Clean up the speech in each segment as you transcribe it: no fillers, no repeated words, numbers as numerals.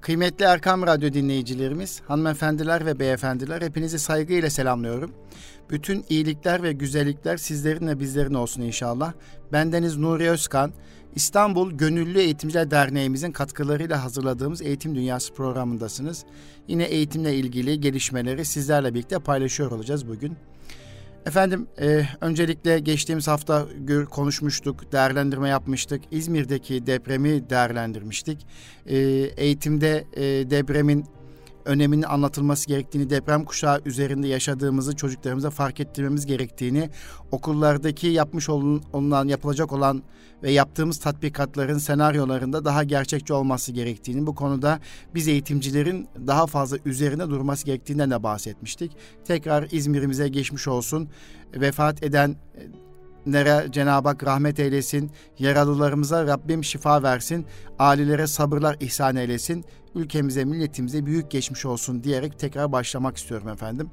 Kıymetli Erkam Radyo dinleyicilerimiz, hanımefendiler ve beyefendiler, hepinizi saygıyla selamlıyorum. Bütün iyilikler ve güzellikler sizlerin ve bizlerin olsun inşallah. Bendeniz Nuri Özkan, İstanbul Gönüllü Eğitimciler Derneğimizin katkılarıyla hazırladığımız Eğitim Dünyası programındasınız. Yine eğitimle ilgili gelişmeleri sizlerle birlikte paylaşıyor olacağız bugün. Efendim, öncelikle geçtiğimiz hafta konuşmuştuk, değerlendirme yapmıştık. İzmir'deki depremi değerlendirmiştik. Eğitimde depremin öneminin anlatılması gerektiğini, deprem kuşağı üzerinde yaşadığımızı çocuklarımıza fark ettirmemiz gerektiğini, okullardaki yapılacak olan ve yaptığımız tatbikatların senaryolarında daha gerçekçi olması gerektiğini, bu konuda biz eğitimcilerin daha fazla üzerine durması gerektiğinden de bahsetmiştik. Tekrar İzmir'imize geçmiş olsun. Vefat edenlere Cenab-ı Hak rahmet eylesin. Yaralılarımıza Rabbim şifa versin. Ailelere sabırlar ihsan eylesin. Ülkemize, milletimize büyük geçmiş olsun diyerek tekrar başlamak istiyorum efendim.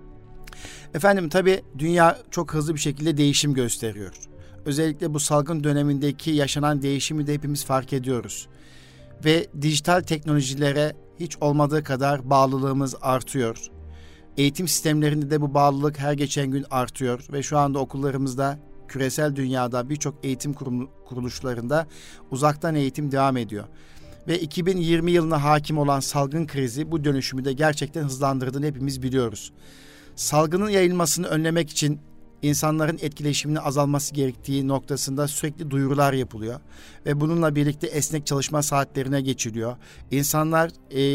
Efendim, tabii dünya çok hızlı bir şekilde değişim gösteriyor. Özellikle bu salgın dönemindeki yaşanan değişimi de hepimiz fark ediyoruz. Ve dijital teknolojilere hiç olmadığı kadar bağlılığımız artıyor. Eğitim sistemlerinde de bu bağlılık her geçen gün artıyor ve şu anda okullarımızda, küresel dünyada birçok eğitim kuruluşlarında uzaktan eğitim devam ediyor. Ve 2020 yılına hakim olan salgın krizi bu dönüşümü de gerçekten hızlandırdığını hepimiz biliyoruz. Salgının yayılmasını önlemek için insanların etkileşiminin azalması gerektiği noktasında sürekli duyurular yapılıyor. Ve bununla birlikte esnek çalışma saatlerine geçiliyor. İnsanlar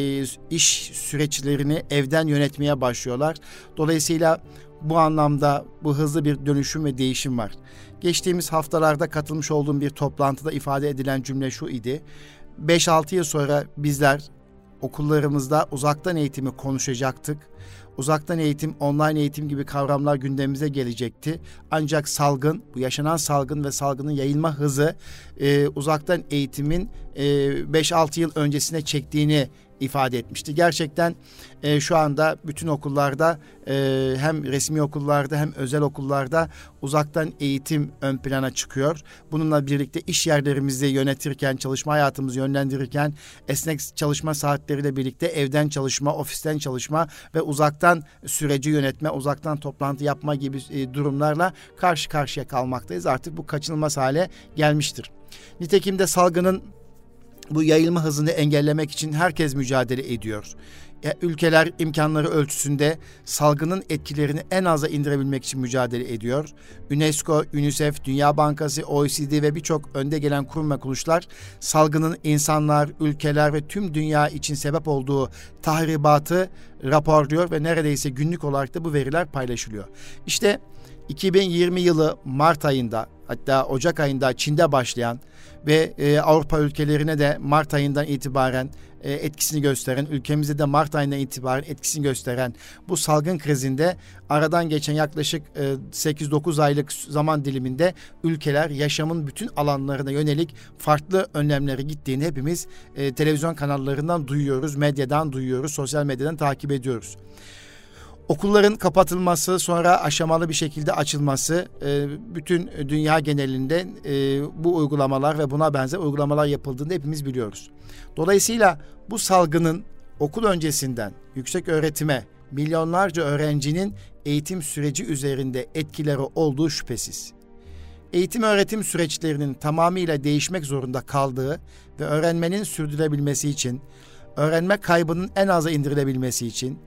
iş süreçlerini evden yönetmeye başlıyorlar. Dolayısıyla bu anlamda bu hızlı bir dönüşüm ve değişim var. Geçtiğimiz haftalarda katılmış olduğum bir toplantıda ifade edilen cümle şu idi: 5-6 yıl sonra bizler okullarımızda uzaktan eğitimi konuşacaktık. Uzaktan eğitim, online eğitim gibi kavramlar gündemimize gelecekti. Ancak salgın, bu yaşanan salgın ve salgının yayılma hızı uzaktan eğitimin 5-6 yıl öncesine çektiğini ifade etmişti. Gerçekten şu anda bütün okullarda, hem resmi okullarda hem özel okullarda uzaktan eğitim ön plana çıkıyor. Bununla birlikte iş yerlerimizi yönetirken, çalışma hayatımızı yönlendirirken esnek çalışma saatleriyle birlikte evden çalışma, ofisten çalışma ve uzaktan süreci yönetme, uzaktan toplantı yapma gibi durumlarla karşı karşıya kalmaktayız. Artık bu kaçınılmaz hale gelmiştir. Nitekim de salgının bu yayılma hızını engellemek için herkes mücadele ediyor. Ülkeler imkanları ölçüsünde salgının etkilerini en aza indirebilmek için mücadele ediyor. UNESCO, UNICEF, Dünya Bankası, OECD ve birçok önde gelen kurum ve kuruluşlar salgının insanlar, ülkeler ve tüm dünya için sebep olduğu tahribatı raporluyor ve neredeyse günlük olarak da bu veriler paylaşılıyor. İşte 2020 yılı Mart ayında, hatta Ocak ayında Çin'de başlayan ve Avrupa ülkelerine de Mart ayından itibaren etkisini gösteren, ülkemizde de Mart ayından itibaren etkisini gösteren bu salgın krizinde aradan geçen yaklaşık 8-9 aylık zaman diliminde ülkeler yaşamın bütün alanlarına yönelik farklı önlemlere gittiğini hepimiz televizyon kanallarından duyuyoruz, medyadan duyuyoruz, sosyal medyadan takip ediyoruz. Okulların kapatılması, sonra aşamalı bir şekilde açılması, bütün dünya genelinde bu uygulamalar ve buna benzer uygulamalar yapıldığını hepimiz biliyoruz. Dolayısıyla bu salgının okul öncesinden yüksek öğretime milyonlarca öğrencinin eğitim süreci üzerinde etkileri olduğu şüphesiz. Eğitim öğretim süreçlerinin tamamıyla değişmek zorunda kaldığı ve öğrenmenin sürdürülebilmesi için, öğrenme kaybının en aza indirilebilmesi için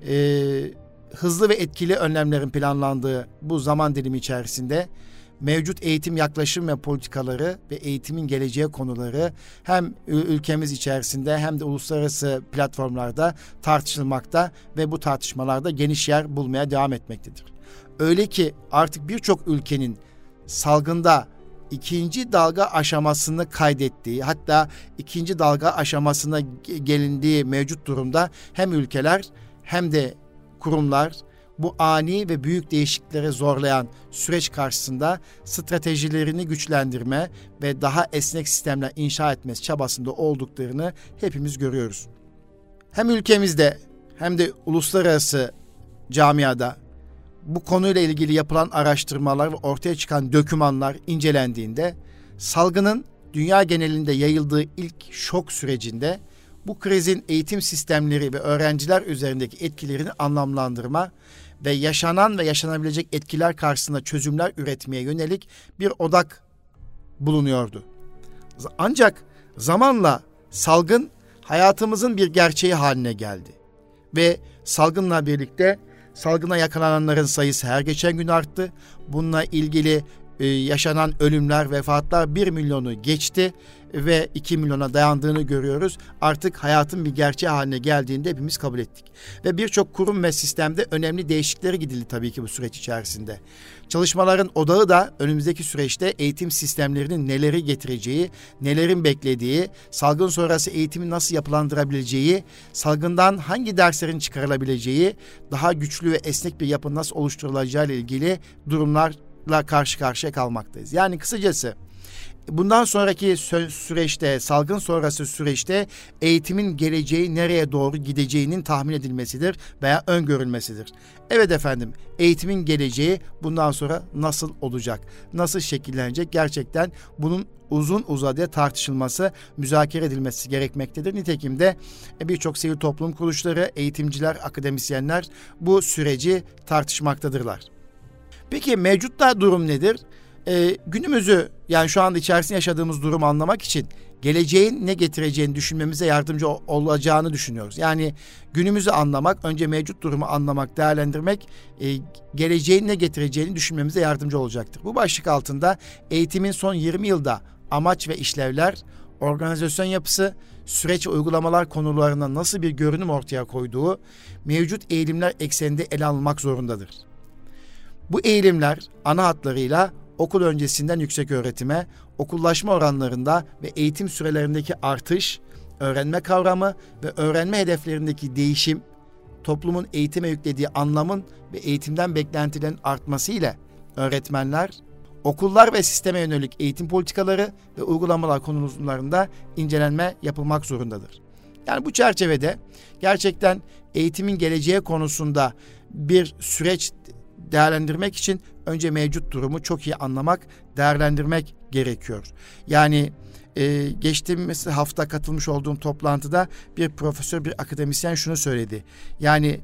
hızlı ve etkili önlemlerin planlandığı bu zaman dilimi içerisinde mevcut eğitim yaklaşım ve politikaları ve eğitimin geleceği konuları hem ülkemiz içerisinde hem de uluslararası platformlarda tartışılmakta ve bu tartışmalarda geniş yer bulmaya devam etmektedir. Öyle ki artık birçok ülkenin salgında ikinci dalga aşamasını kaydettiği, hatta ikinci dalga aşamasına gelindiği mevcut durumda hem ülkeler hem de kurumlar bu ani ve büyük değişikliklere zorlayan süreç karşısında stratejilerini güçlendirme ve daha esnek sistemler inşa etmesi çabasında olduklarını hepimiz görüyoruz. Hem ülkemizde hem de uluslararası camiada bu konuyla ilgili yapılan araştırmalar ve ortaya çıkan dokümanlar incelendiğinde salgının dünya genelinde yayıldığı ilk şok sürecinde bu krizin eğitim sistemleri ve öğrenciler üzerindeki etkilerini anlamlandırma ve yaşanan ve yaşanabilecek etkiler karşısında çözümler üretmeye yönelik bir odak bulunuyordu. Ancak zamanla salgın hayatımızın bir gerçeği haline geldi. Ve salgınla birlikte salgına yakalananların sayısı her geçen gün arttı. Bununla ilgili yaşanan ölümler, vefatlar 1 milyonu geçti ve 2 milyona dayandığını görüyoruz. Artık hayatın bir gerçeği haline geldiğini de hepimiz kabul ettik. Ve birçok kurum ve sistemde önemli değişikliklere gidildi tabii ki bu süreç içerisinde. Çalışmaların odağı da önümüzdeki süreçte eğitim sistemlerinin neleri getireceği, nelerin beklediği, salgın sonrası eğitimi nasıl yapılandırabileceği, salgından hangi derslerin çıkarılabileceği, daha güçlü ve esnek bir yapı nasıl oluşturulacağı ile ilgili durumlarla karşı karşıya kalmaktayız. Yani kısacası bundan sonraki süreçte, salgın sonrası süreçte eğitimin geleceği nereye doğru gideceğinin tahmin edilmesidir veya öngörülmesidir. Evet efendim, eğitimin geleceği bundan sonra nasıl olacak, nasıl şekillenecek, gerçekten bunun uzun uzadıya tartışılması, müzakere edilmesi gerekmektedir. Nitekim de birçok sivil toplum kuruluşları, eğitimciler, akademisyenler bu süreci tartışmaktadırlar. Peki mevcut da durum nedir? Günümüzü, yani şu anda içerisinde yaşadığımız durumu anlamak için geleceğin ne getireceğini düşünmemize yardımcı olacağını düşünüyoruz. Yani günümüzü anlamak, önce mevcut durumu anlamak, değerlendirmek, geleceğin ne getireceğini düşünmemize yardımcı olacaktır. Bu başlık altında eğitimin son 20 yılda amaç ve işlevler, organizasyon yapısı, süreç ve uygulamalar konularında nasıl bir görünüm ortaya koyduğu mevcut eğilimler ekseninde ele alınmak zorundadır. Bu eğilimler ana hatlarıyla okul öncesinden yüksek öğretime, okullaşma oranlarında ve eğitim sürelerindeki artış, öğrenme kavramı ve öğrenme hedeflerindeki değişim, toplumun eğitime yüklediği anlamın ve eğitimden beklentilerin artması ile öğretmenler, okullar ve sisteme yönelik eğitim politikaları ve uygulamalar konularında incelenme yapılmak zorundadır. Yani bu çerçevede gerçekten eğitimin geleceği konusunda bir süreç değerlendirmek için önce mevcut durumu çok iyi anlamak, değerlendirmek gerekiyor. Yani geçtiğimiz hafta katılmış olduğum toplantıda bir profesör, bir akademisyen şunu söyledi. Yani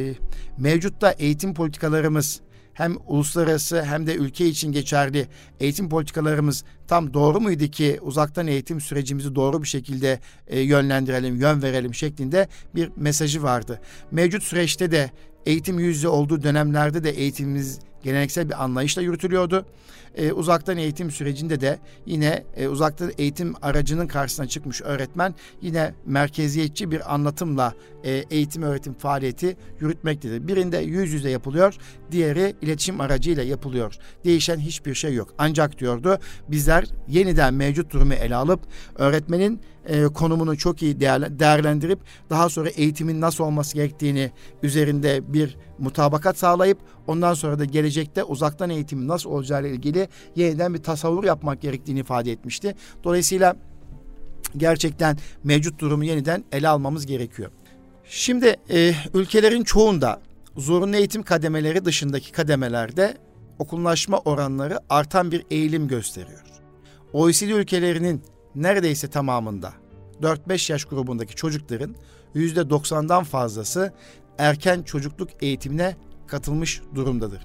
mevcutta eğitim politikalarımız hem uluslararası hem de ülke için geçerli eğitim politikalarımız tam doğru muydu ki uzaktan eğitim sürecimizi doğru bir şekilde yönlendirelim, yön verelim şeklinde bir mesajı vardı. Mevcut süreçte de eğitim yüz yüze olduğu dönemlerde de eğitimimiz geleneksel bir anlayışla yürütülüyordu. Uzaktan eğitim sürecinde de yine uzaktan eğitim aracının karşısına çıkmış öğretmen yine merkeziyetçi bir anlatımla eğitim öğretim faaliyeti yürütmektedir. Birinde yüz yüze yapılıyor, diğeri iletişim aracıyla yapılıyor. Değişen hiçbir şey yok. Ancak diyordu bizler yeniden mevcut durumu ele alıp öğretmenin konumunu çok iyi değerlendirip daha sonra eğitimin nasıl olması gerektiğini üzerinde bir mutabakat sağlayıp ondan sonra da gelecekte uzaktan eğitimin nasıl olacağı ile ilgili yeniden bir tasavvur yapmak gerektiğini ifade etmişti. Dolayısıyla gerçekten mevcut durumu yeniden ele almamız gerekiyor. Şimdi ülkelerin çoğunda zorunlu eğitim kademeleri dışındaki kademelerde okullaşma oranları artan bir eğilim gösteriyor. OECD ülkelerinin neredeyse tamamında 4-5 yaş grubundaki çocukların %90'dan fazlası erken çocukluk eğitimine katılmış durumdadır.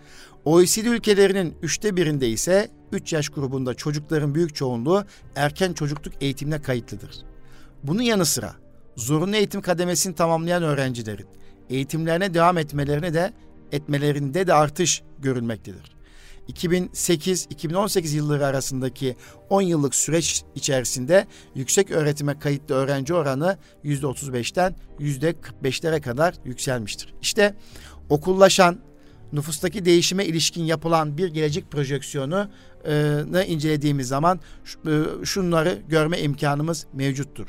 OECD ülkelerinin 1/3'inde ise 3 yaş grubunda çocukların büyük çoğunluğu erken çocukluk eğitimine kayıtlıdır. Bunun yanı sıra zorunlu eğitim kademesini tamamlayan öğrencilerin eğitimlerine devam etmelerinde de artış görülmektedir. 2008-2018 yılları arasındaki 10 yıllık süreç içerisinde yüksek öğretime kayıtlı öğrenci oranı %35'ten %45'lere kadar yükselmiştir. İşte okullaşan, nüfustaki değişime ilişkin yapılan bir gelecek projeksiyonu incelediğimiz zaman şunları görme imkanımız mevcuttur.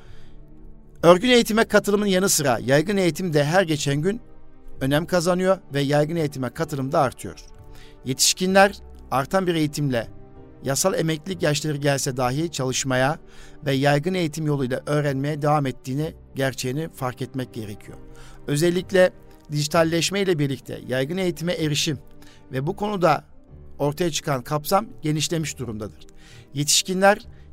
Örgün eğitime katılımın yanı sıra yaygın eğitim de her geçen gün önem kazanıyor ve yaygın eğitime katılım da artıyor. Yetişkinler artan bir eğitimle yasal emeklilik yaşları gelse dahi çalışmaya ve yaygın eğitim yoluyla öğrenmeye devam ettiğini gerçeğini fark etmek gerekiyor. Özellikle dijitalleşme ile birlikte yaygın eğitime erişim ve bu konuda ortaya çıkan kapsam genişlemiş durumdadır. Yetişkinler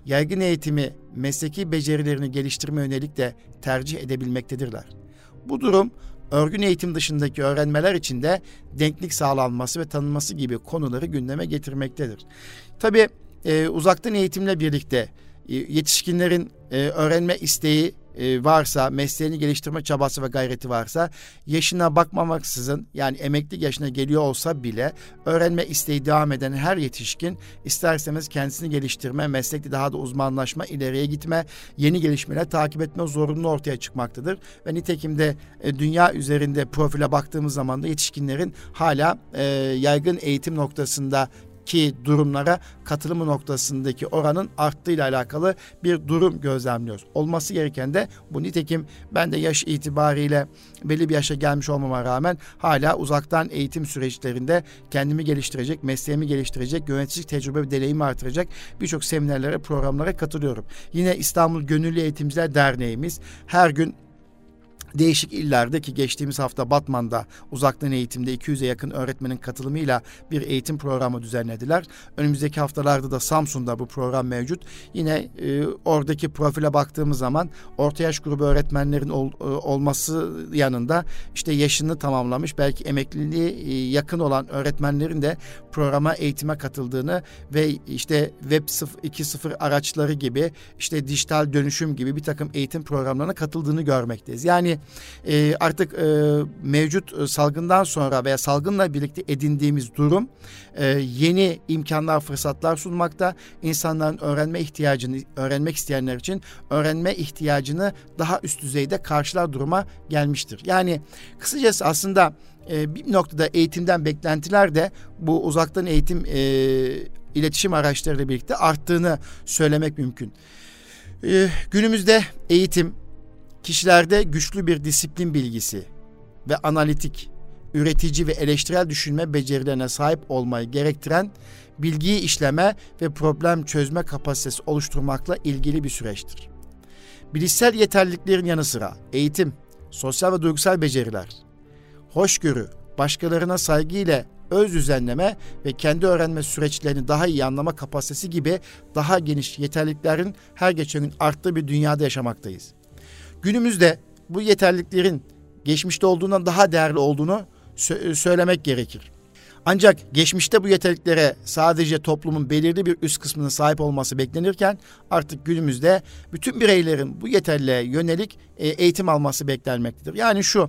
yaygın eğitimi mesleki becerilerini geliştirme yönelik de tercih edebilmektedirler. Bu durum örgün eğitim dışındaki öğrenmeler için de denklik sağlanması ve tanınması gibi konuları gündeme getirmektedir. Tabii uzaktan eğitimle birlikte yetişkinlerin öğrenme isteği varsa, mesleğini geliştirme çabası ve gayreti varsa, yaşına bakmamaksızın, yani emeklilik yaşına geliyor olsa bile öğrenme isteği devam eden her yetişkin isterseniz kendisini geliştirme, meslekte daha da uzmanlaşma, ileriye gitme, yeni gelişmeler takip etme zorunluluğu ortaya çıkmaktadır. Ve nitekim de dünya üzerinde profile baktığımız zaman da yetişkinlerin hala yaygın eğitim noktasında ki durumlara katılımı noktasındaki oranın arttığıyla alakalı bir durum gözlemliyoruz. Olması gereken de bu. Nitekim ben de yaş itibariyle belli bir yaşa gelmiş olmama rağmen hala uzaktan eğitim süreçlerinde kendimi geliştirecek, mesleğimi geliştirecek, yöneticilik tecrübe ve deneyimi artıracak birçok seminerlere, programlara katılıyorum. Yine İstanbul Gönüllü Eğitimciler Derneğimiz her gün değişik illerde, ki geçtiğimiz hafta Batman'da uzaktan eğitimde 200'e yakın öğretmenin katılımıyla bir eğitim programı düzenlediler. Önümüzdeki haftalarda da Samsun'da bu program mevcut. Yine oradaki profile baktığımız zaman orta yaş grubu öğretmenlerin olması yanında işte yaşını tamamlamış, belki emekliliği yakın olan öğretmenlerin de programa, eğitime katıldığını ve işte Web 2.0 araçları gibi, işte dijital dönüşüm gibi bir takım eğitim programlarına katıldığını görmekteyiz. Yani artık mevcut salgından sonra veya salgınla birlikte edindiğimiz durum yeni imkanlar, fırsatlar sunmakta. İnsanların öğrenme ihtiyacını, öğrenmek isteyenler için öğrenme ihtiyacını daha üst düzeyde karşılar duruma gelmiştir. Yani kısacası aslında bir noktada eğitimden beklentiler de bu uzaktan eğitim iletişim araçlarıyla birlikte arttığını söylemek mümkün. Günümüzde eğitim kişilerde güçlü bir disiplin bilgisi ve analitik, üretici ve eleştirel düşünme becerilerine sahip olmayı gerektiren bilgiyi işleme ve problem çözme kapasitesi oluşturmakla ilgili bir süreçtir. Bilişsel yeterliliklerin yanı sıra eğitim, sosyal ve duygusal beceriler, hoşgörü, başkalarına saygı ile öz düzenleme ve kendi öğrenme süreçlerini daha iyi anlama kapasitesi gibi daha geniş yeterliliklerin her geçen gün arttığı bir dünyada yaşamaktayız. Günümüzde bu yeterliliklerin geçmişte olduğundan daha değerli olduğunu söylemek gerekir. Ancak geçmişte bu yeterliliklere sadece toplumun belirli bir üst kısmının sahip olması beklenirken artık günümüzde bütün bireylerin bu yeterliliğe yönelik eğitim alması beklenmektedir. Yani şu,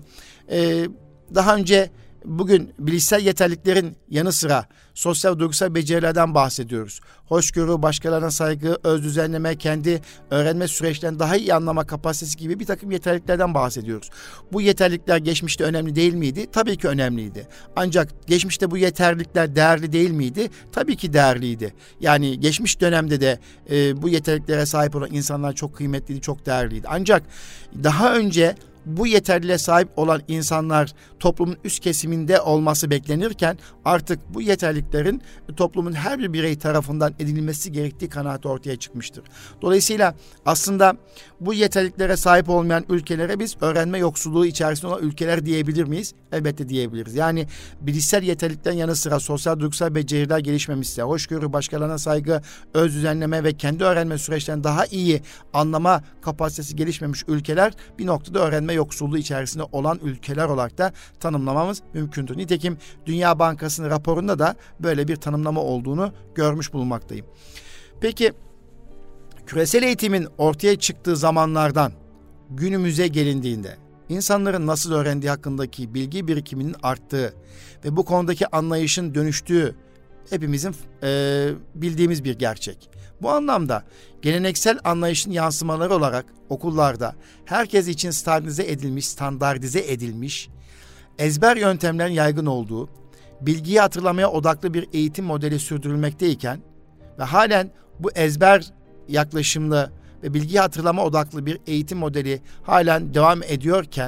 daha önce bugün bilişsel yeterliliklerin yanı sıra sosyal ve duygusal becerilerden bahsediyoruz. Hoşgörü, başkalarına saygı, öz düzenleme, kendi öğrenme süreçlerini daha iyi anlama kapasitesi gibi bir takım yeterliliklerden bahsediyoruz. Bu yeterlilikler geçmişte önemli değil miydi? Tabii ki önemliydi. Ancak geçmişte bu yeterlilikler değerli değil miydi? Tabii ki değerliydi. Yani geçmiş dönemde de bu yeterliliklere sahip olan insanlar çok kıymetliydi, çok değerliydi. Ancak daha önce bu yeterliliğe sahip olan insanlar toplumun üst kesiminde olması beklenirken artık bu yeterliliklerin toplumun her bir birey tarafından edinilmesi gerektiği kanaati ortaya çıkmıştır. Dolayısıyla aslında bu yeterliliklere sahip olmayan ülkelere biz öğrenme yoksulluğu içerisinde olan ülkeler diyebilir miyiz? Elbette diyebiliriz. Yani bilişsel yeterliliklerin yanı sıra sosyal duygusal beceriler gelişmemişse, hoşgörü, başkalarına saygı, öz düzenleme ve kendi öğrenme süreçlerini daha iyi anlama kapasitesi gelişmemiş ülkeler bir noktada öğrenme yoksulluğu içerisinde olan ülkeler olarak da tanımlamamız mümkündür. Nitekim Dünya Bankası'nın raporunda da böyle bir tanımlama olduğunu görmüş bulunmaktayım. Peki küresel eğitimin ortaya çıktığı zamanlardan günümüze gelindiğinde insanların nasıl öğrendiği hakkındaki bilgi birikiminin arttığı ve bu konudaki anlayışın dönüştüğü hepimizin bildiğimiz bir gerçek. Bu anlamda geleneksel anlayışın yansımaları olarak okullarda herkes için standartize edilmiş, ezber yöntemlerin yaygın olduğu, bilgiyi hatırlamaya odaklı bir eğitim modeli sürdürülmekteyken ve halen bu ezber yaklaşımlı ve bilgiyi hatırlama odaklı bir eğitim modeli halen devam ediyorken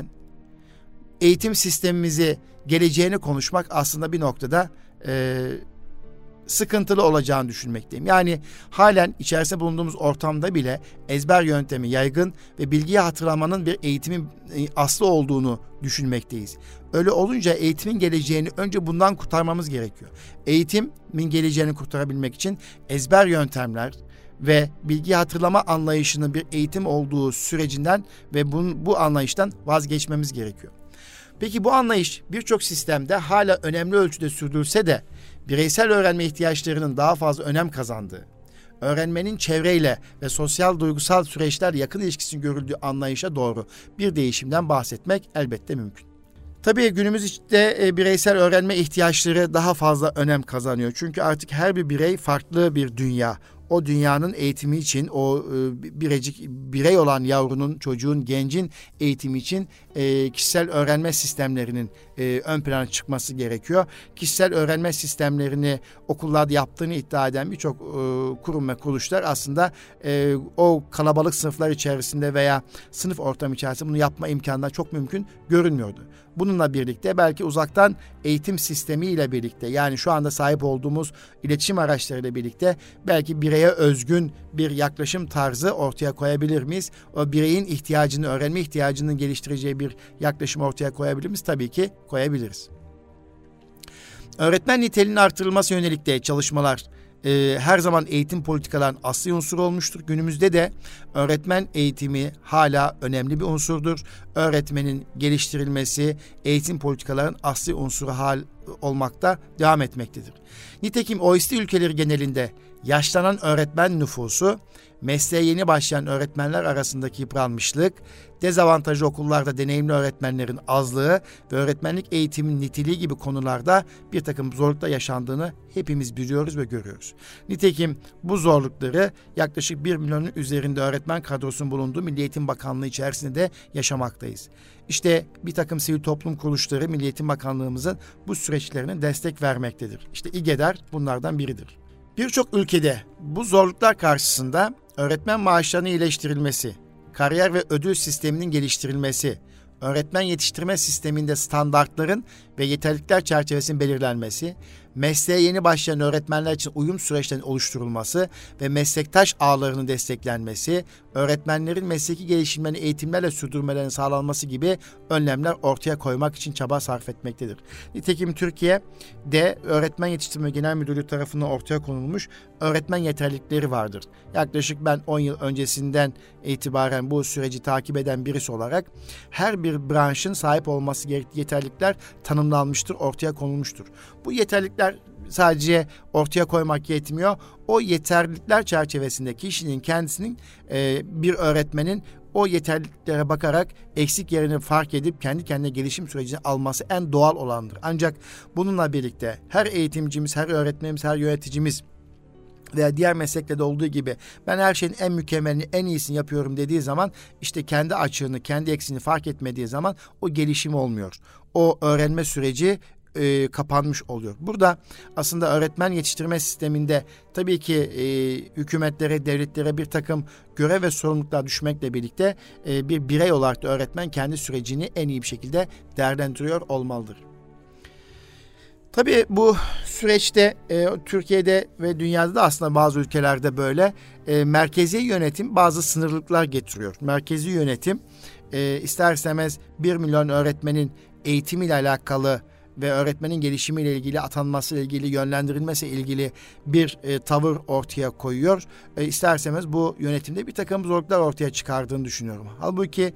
eğitim sistemimizi, geleceğini konuşmak aslında bir noktada sıkıntılı olacağını düşünmekteyim. Yani halen içerisinde bulunduğumuz ortamda bile ezber yöntemi yaygın ve bilgiyi hatırlamanın bir eğitimin aslı olduğunu düşünmekteyiz. Öyle olunca eğitimin geleceğini önce bundan kurtarmamız gerekiyor. Eğitimin geleceğini kurtarabilmek için ezber yöntemler ve bilgi hatırlama anlayışının bir eğitim olduğu sürecinden ve bu anlayıştan vazgeçmemiz gerekiyor. Peki bu anlayış birçok sistemde hala önemli ölçüde sürdürülse de bireysel öğrenme ihtiyaçlarının daha fazla önem kazandığı, öğrenmenin çevreyle ve sosyal duygusal süreçler yakın ilişkisinin görüldüğü anlayışa doğru bir değişimden bahsetmek elbette mümkün. Tabii günümüzde bireysel öğrenme ihtiyaçları daha fazla önem kazanıyor. Çünkü artık her bir birey farklı bir dünya. O dünyanın eğitimi için, o birey olan yavrunun, çocuğun, gencin eğitimi için kişisel öğrenme sistemlerinin ön plana çıkması gerekiyor. Kişisel öğrenme sistemlerini okullarda yaptığını iddia eden birçok kurum ve kuruluşlar aslında o kalabalık sınıflar içerisinde veya sınıf ortamı içerisinde bunu yapma imkanları çok mümkün görünmüyordu. Bununla birlikte belki uzaktan eğitim sistemiyle birlikte, yani şu anda sahip olduğumuz iletişim araçlarıyla birlikte belki bireye özgün bir yaklaşım tarzı ortaya koyabilir miyiz? O bireyin ihtiyacını, öğrenme ihtiyacını geliştireceği bir yaklaşım ortaya koyabilir miyiz? Tabii ki koyabiliriz. Öğretmen niteliğinin artırılması yönelik de çalışmalar her zaman eğitim politikalarının asli unsuru olmuştur. Günümüzde de öğretmen eğitimi hala önemli bir unsurdur. Öğretmenin geliştirilmesi eğitim politikalarının asli unsuru olmakta devam etmektedir. Nitekim OECD ülkeleri genelinde yaşlanan öğretmen nüfusu, mesleğe yeni başlayan öğretmenler arasındaki yıpranmışlık, dezavantajlı okullarda deneyimli öğretmenlerin azlığı ve öğretmenlik eğitiminin niteliği gibi konularda bir takım zorluklar yaşandığını hepimiz biliyoruz ve görüyoruz. Nitekim bu zorlukları yaklaşık 1 milyonun üzerinde öğretmen kadrosunun bulunduğu Milli Eğitim Bakanlığı içerisinde de yaşamaktayız. İşte bir takım sivil toplum kuruluşları Milli Eğitim Bakanlığımızın bu süreçlerine destek vermektedir. İşte İGEDER bunlardan biridir. Birçok ülkede bu zorluklar karşısında öğretmen maaşlarının iyileştirilmesi, kariyer ve ödül sisteminin geliştirilmesi, öğretmen yetiştirme sisteminde standartların ve yeterlilikler çerçevesinin belirlenmesi, mesleğe yeni başlayan öğretmenler için uyum süreçlerinin oluşturulması ve meslektaş ağlarının desteklenmesi, öğretmenlerin mesleki gelişimlerini eğitimlerle sürdürmelerinin sağlanması gibi önlemler ortaya koymak için çaba sarf etmektedir. Nitekim Türkiye'de Öğretmen Yetiştirme Genel Müdürlüğü tarafından ortaya konulmuş öğretmen yeterlilikleri vardır. Yaklaşık ben 10 yıl öncesinden itibaren bu süreci takip eden birisi olarak her bir branşın sahip olması gerektiği yeterlilikler tanımlanmıştır, ortaya konulmuştur. Bu yeterlilikler sadece ortaya koymak yetmiyor. O yeterlilikler çerçevesinde kişinin kendisinin bir öğretmenin o yeterliliklere bakarak eksik yerini fark edip kendi kendine gelişim sürecini alması en doğal olandır. Ancak bununla birlikte her eğitimcimiz, her öğretmenimiz, her yöneticimiz veya diğer mesleklerde olduğu gibi ben her şeyin en mükemmelini, en iyisini yapıyorum dediği zaman işte kendi açığını, kendi eksiğini fark etmediği zaman o gelişim olmuyor. O öğrenme süreci kapanmış oluyor. Burada aslında öğretmen yetiştirme sisteminde tabii ki hükümetlere, devletlere bir takım görev ve sorumluluklar düşmekle birlikte bir birey olarak da öğretmen kendi sürecini en iyi bir şekilde değerlendiriyor olmalıdır. Tabii bu süreçte Türkiye'de ve dünyada da aslında bazı ülkelerde böyle merkezi yönetim bazı sınırlılıklar getiriyor. Merkezi yönetim ister istemez 1 milyon öğretmenin eğitimiyle alakalı ve öğretmenin gelişimiyle ilgili, atanmasıyla ilgili, yönlendirilmesiyle ilgili bir tavır ortaya koyuyor. İster istemez bu yönetimde bir takım zorluklar ortaya çıkardığını düşünüyorum. Halbuki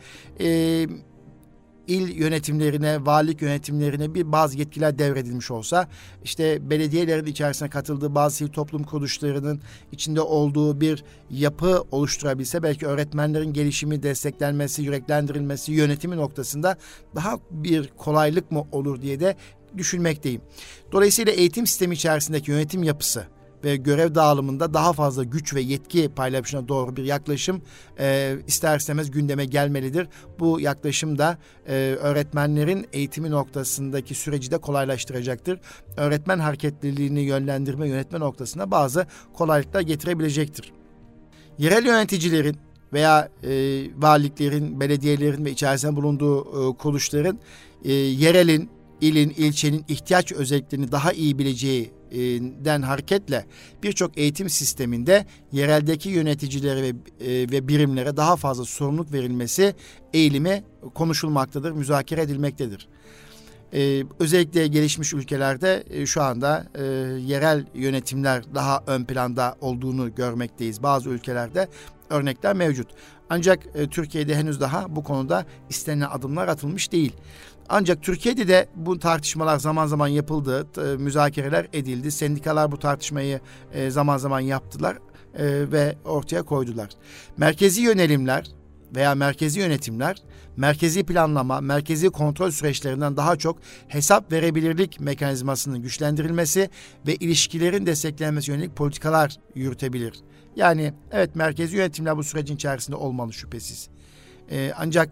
il yönetimlerine, valilik yönetimlerine bazı yetkiler devredilmiş olsa, işte belediyelerin içerisine katıldığı bazı sivil toplum kuruluşlarının içinde olduğu bir yapı oluşturabilse belki öğretmenlerin gelişimi, desteklenmesi, yüreklendirilmesi, yönetimi noktasında daha bir kolaylık mı olur diye de düşünmekteyim. Dolayısıyla eğitim sistemi içerisindeki yönetim yapısı ve görev dağılımında daha fazla güç ve yetki paylaşımına doğru bir yaklaşım ister istemez gündeme gelmelidir. Bu yaklaşım da öğretmenlerin eğitimi noktasındaki süreci de kolaylaştıracaktır. Öğretmen hareketliliğini yönlendirme, yönetme noktasında bazı kolaylıklar getirebilecektir. Yerel yöneticilerin veya valiliklerin, belediyelerin ve içerisinde bulunduğu kuruluşların yerelin, ilin, ilçenin ihtiyaç özelliklerini daha iyi bileceğinden hareketle birçok eğitim sisteminde yereldeki yöneticilere ve birimlere daha fazla sorumluluk verilmesi eğilimi konuşulmaktadır, müzakere edilmektedir. Özellikle gelişmiş ülkelerde şu anda yerel yönetimler daha ön planda olduğunu görmekteyiz. Bazı ülkelerde örnekler mevcut. Ancak Türkiye'de henüz daha bu konuda istenilen adımlar atılmış değil. Ancak Türkiye'de de bu tartışmalar zaman zaman yapıldı, müzakereler edildi. Sendikalar bu tartışmayı zaman zaman yaptılar ve ortaya koydular. Merkezi yönelimler veya merkezi yönetimler, merkezi planlama, merkezi kontrol süreçlerinden daha çok hesap verebilirlik mekanizmasının güçlendirilmesi ve ilişkilerin desteklenmesi yönelik politikalar yürütebilir. Yani evet, merkezi yönetimler bu sürecin içerisinde olmalı şüphesiz. Ancak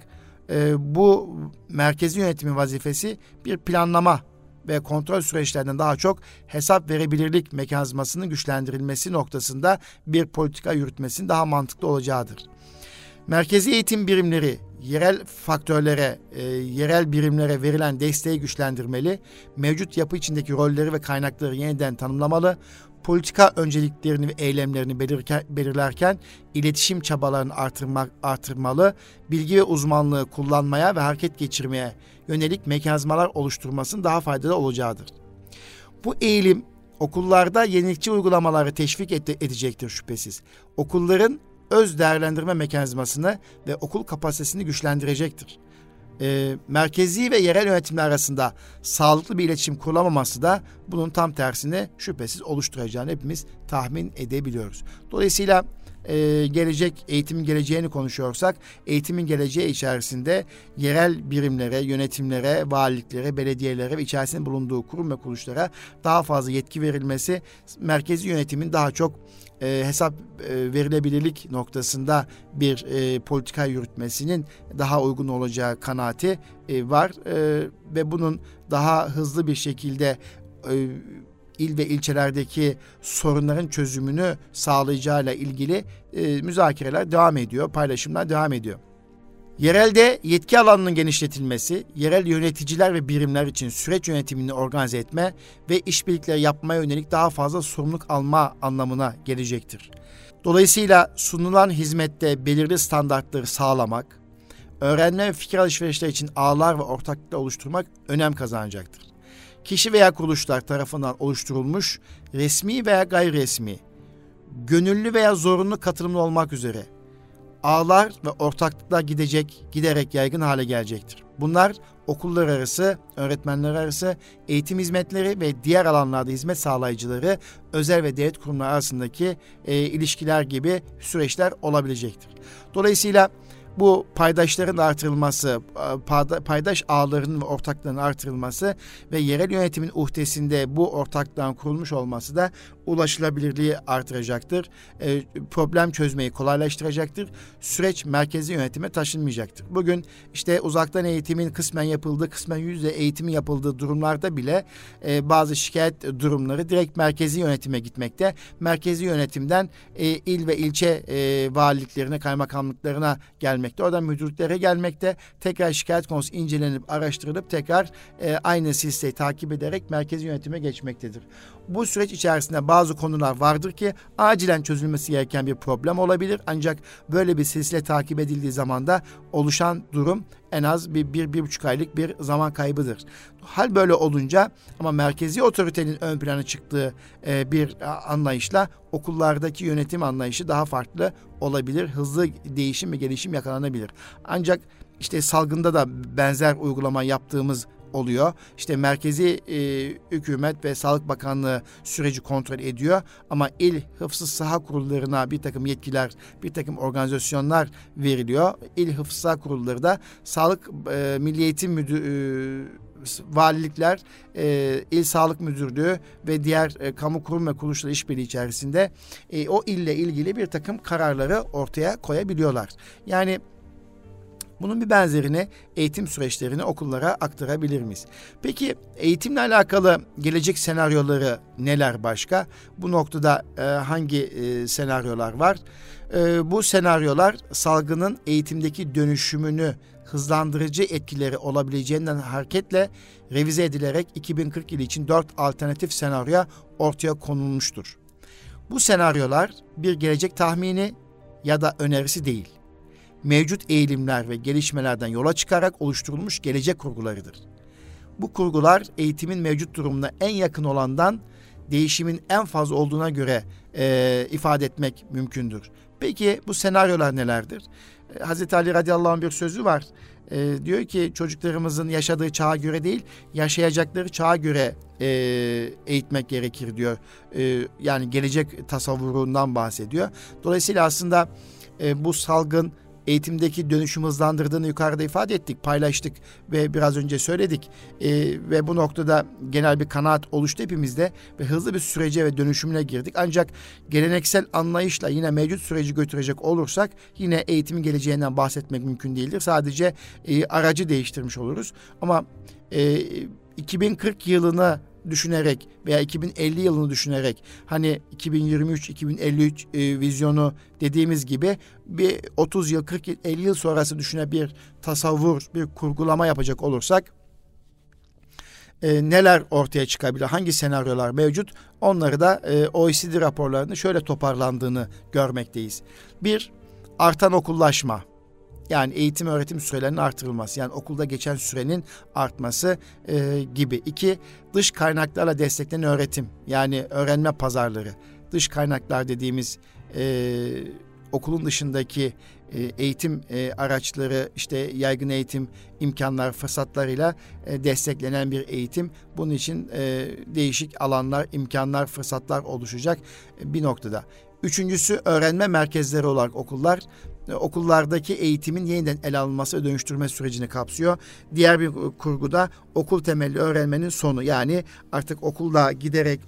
bu merkezi yönetimin vazifesi bir planlama ve kontrol süreçlerinden daha çok hesap verebilirlik mekanizmasının güçlendirilmesi noktasında bir politika yürütmesinin daha mantıklı olacağıdır. Merkezi eğitim birimleri yerel faktörlere, yerel birimlere verilen desteği güçlendirmeli, mevcut yapı içindeki rolleri ve kaynakları yeniden tanımlamalı, politika önceliklerini ve eylemlerini belirlerken iletişim çabalarını artırmalı, bilgi ve uzmanlığı kullanmaya ve hareket geçirmeye yönelik mekanizmalar oluşturmasının daha faydalı olacağıdır. Bu eğilim okullarda yenilikçi uygulamaları teşvik edecektir şüphesiz. Okulların öz değerlendirme mekanizmasını ve okul kapasitesini güçlendirecektir. Merkezi ve yerel yönetimler arasında sağlıklı bir iletişim kurulamaması da bunun tam tersini şüphesiz oluşturacağını hepimiz tahmin edebiliyoruz. Dolayısıyla eğitimin geleceğini konuşuyorsak, eğitimin geleceği içerisinde yerel birimlere, yönetimlere, valiliklere, belediyelere ve içerisinde bulunduğu kurum ve kuruluşlara daha fazla yetki verilmesi, merkezi yönetimin daha çok hesap verilebilirlik noktasında bir politika yürütmesinin daha uygun olacağı kanaati var ve bunun daha hızlı bir şekilde il ve ilçelerdeki sorunların çözümünü sağlayacağıyla ilgili müzakereler devam ediyor, paylaşımlar devam ediyor. Yerelde yetki alanının genişletilmesi, yerel yöneticiler ve birimler için süreç yönetimini organize etme ve işbirlikleri yapmaya yönelik daha fazla sorumluluk alma anlamına gelecektir. Dolayısıyla sunulan hizmette belirli standartları sağlamak, öğrenme ve fikir alışverişleri için ağlar ve ortaklıklar oluşturmak önem kazanacaktır. Kişi veya kuruluşlar tarafından oluşturulmuş, resmi veya gayri resmi, gönüllü veya zorunlu katılımlı olmak üzere ağlar ve ortaklıklar giderek yaygın hale gelecektir. Bunlar okullar arası, öğretmenler arası, eğitim hizmetleri ve diğer alanlarda hizmet sağlayıcıları, özel ve devlet kurumları arasındaki ilişkiler gibi süreçler olabilecektir. Dolayısıyla bu paydaşların artırılması, paydaş ağlarının ve ortaklarının artırılması ve yerel yönetimin uhdesinde bu ortaklığın kurulmuş olması da ulaşılabilirliği artıracaktır. Problem çözmeyi kolaylaştıracaktır. Süreç merkezi yönetime taşınmayacaktır. Bugün işte uzaktan eğitimin kısmen yapıldığı, kısmen yüz yüze eğitimin yapıldığı durumlarda bile bazı şikayet durumları direkt merkezi yönetime gitmekte. Merkezi yönetimden il ve ilçe valiliklerine, kaymakamlıklarına gelmekte. Oradan müdürlüklere gelmekte. Tekrar şikayet konusu incelenip, araştırılıp tekrar aynı silsileyi takip ederek merkezi yönetime geçmektedir. Bu süreç içerisinde bazı konular vardır ki acilen çözülmesi gereken bir problem olabilir. Ancak böyle bir silsile takip edildiği zaman da oluşan durum en az bir buçuk aylık bir zaman kaybıdır. Hal böyle olunca ama merkezi otoritenin ön plana çıktığı bir anlayışla okullardaki yönetim anlayışı daha farklı olabilir. Hızlı değişim ve gelişim yakalanabilir. Ancak işte salgında da benzer uygulama yaptığımız oluyor. İşte merkezi hükümet ve Sağlık Bakanlığı süreci kontrol ediyor ama il hıfzı saha kurullarına bir takım yetkiler, bir takım organizasyonlar veriliyor. İl hıfzı saha kurulları da Sağlık Milli Eğitim valilikler, il sağlık müdürlüğü ve diğer kamu kurum ve kuruluşlar işbirliği içerisinde o ille ilgili bir takım kararları ortaya koyabiliyorlar. Yani bunun bir benzerini eğitim süreçlerini okullara aktarabilir miyiz? Peki eğitimle alakalı gelecek senaryoları neler başka? Bu noktada hangi senaryolar var? Bu senaryolar salgının eğitimdeki dönüşümünü hızlandırıcı etkileri olabileceğinden hareketle revize edilerek 2040 yılı için 4 alternatif senaryo ortaya konulmuştur. Bu senaryolar bir gelecek tahmini ya da önerisi değil, mevcut eğilimler ve gelişmelerden yola çıkarak oluşturulmuş gelecek kurgularıdır. Bu kurgular eğitimin mevcut durumuna en yakın olandan değişimin en fazla olduğuna göre ifade etmek mümkündür. Peki bu senaryolar nelerdir? Hazreti Ali radıyallahu anh bir sözü var. Diyor ki çocuklarımızın yaşadığı çağa göre değil, yaşayacakları çağa göre eğitmek gerekir diyor. Yani gelecek tasavvurundan bahsediyor. Dolayısıyla aslında bu salgın eğitimdeki dönüşümü hızlandırdığını yukarıda ifade ettik, paylaştık ve biraz önce söyledik. Ve bu noktada genel bir kanaat oluştu hepimizde ve hızlı bir sürece ve dönüşümüne girdik. Ancak geleneksel anlayışla yine mevcut süreci götürecek olursak yine eğitimin geleceğinden bahsetmek mümkün değildir. Sadece aracı değiştirmiş oluruz. Ama 2040 yılını düşünerek veya 2050 yılını düşünerek hani 2023-2053 vizyonu dediğimiz gibi bir 30 yıl, 40 yıl, 50 yıl sonrası düşüne bir tasavvur, bir kurgulama yapacak olursak neler ortaya çıkabilir, hangi senaryolar mevcut, onları da OECD raporlarını şöyle toparlandığını görmekteyiz. 1. Artan okullaşma. Yani eğitim öğretim sürelerinin artırılması, yani okulda geçen sürenin artması gibi. 2. Dış kaynaklarla desteklenen öğretim, yani öğrenme pazarları. Dış kaynaklar dediğimiz okulun dışındaki eğitim araçları, işte yaygın eğitim imkanlar, fırsatlarıyla desteklenen bir eğitim. Bunun için değişik alanlar, imkanlar, fırsatlar oluşacak bir noktada. Üçüncüsü öğrenme merkezleri olarak okullar. Okullardaki eğitimin yeniden ele alınması ve dönüştürme sürecini kapsıyor. Diğer bir kurguda okul temelli öğrenmenin sonu, yani artık okulda giderek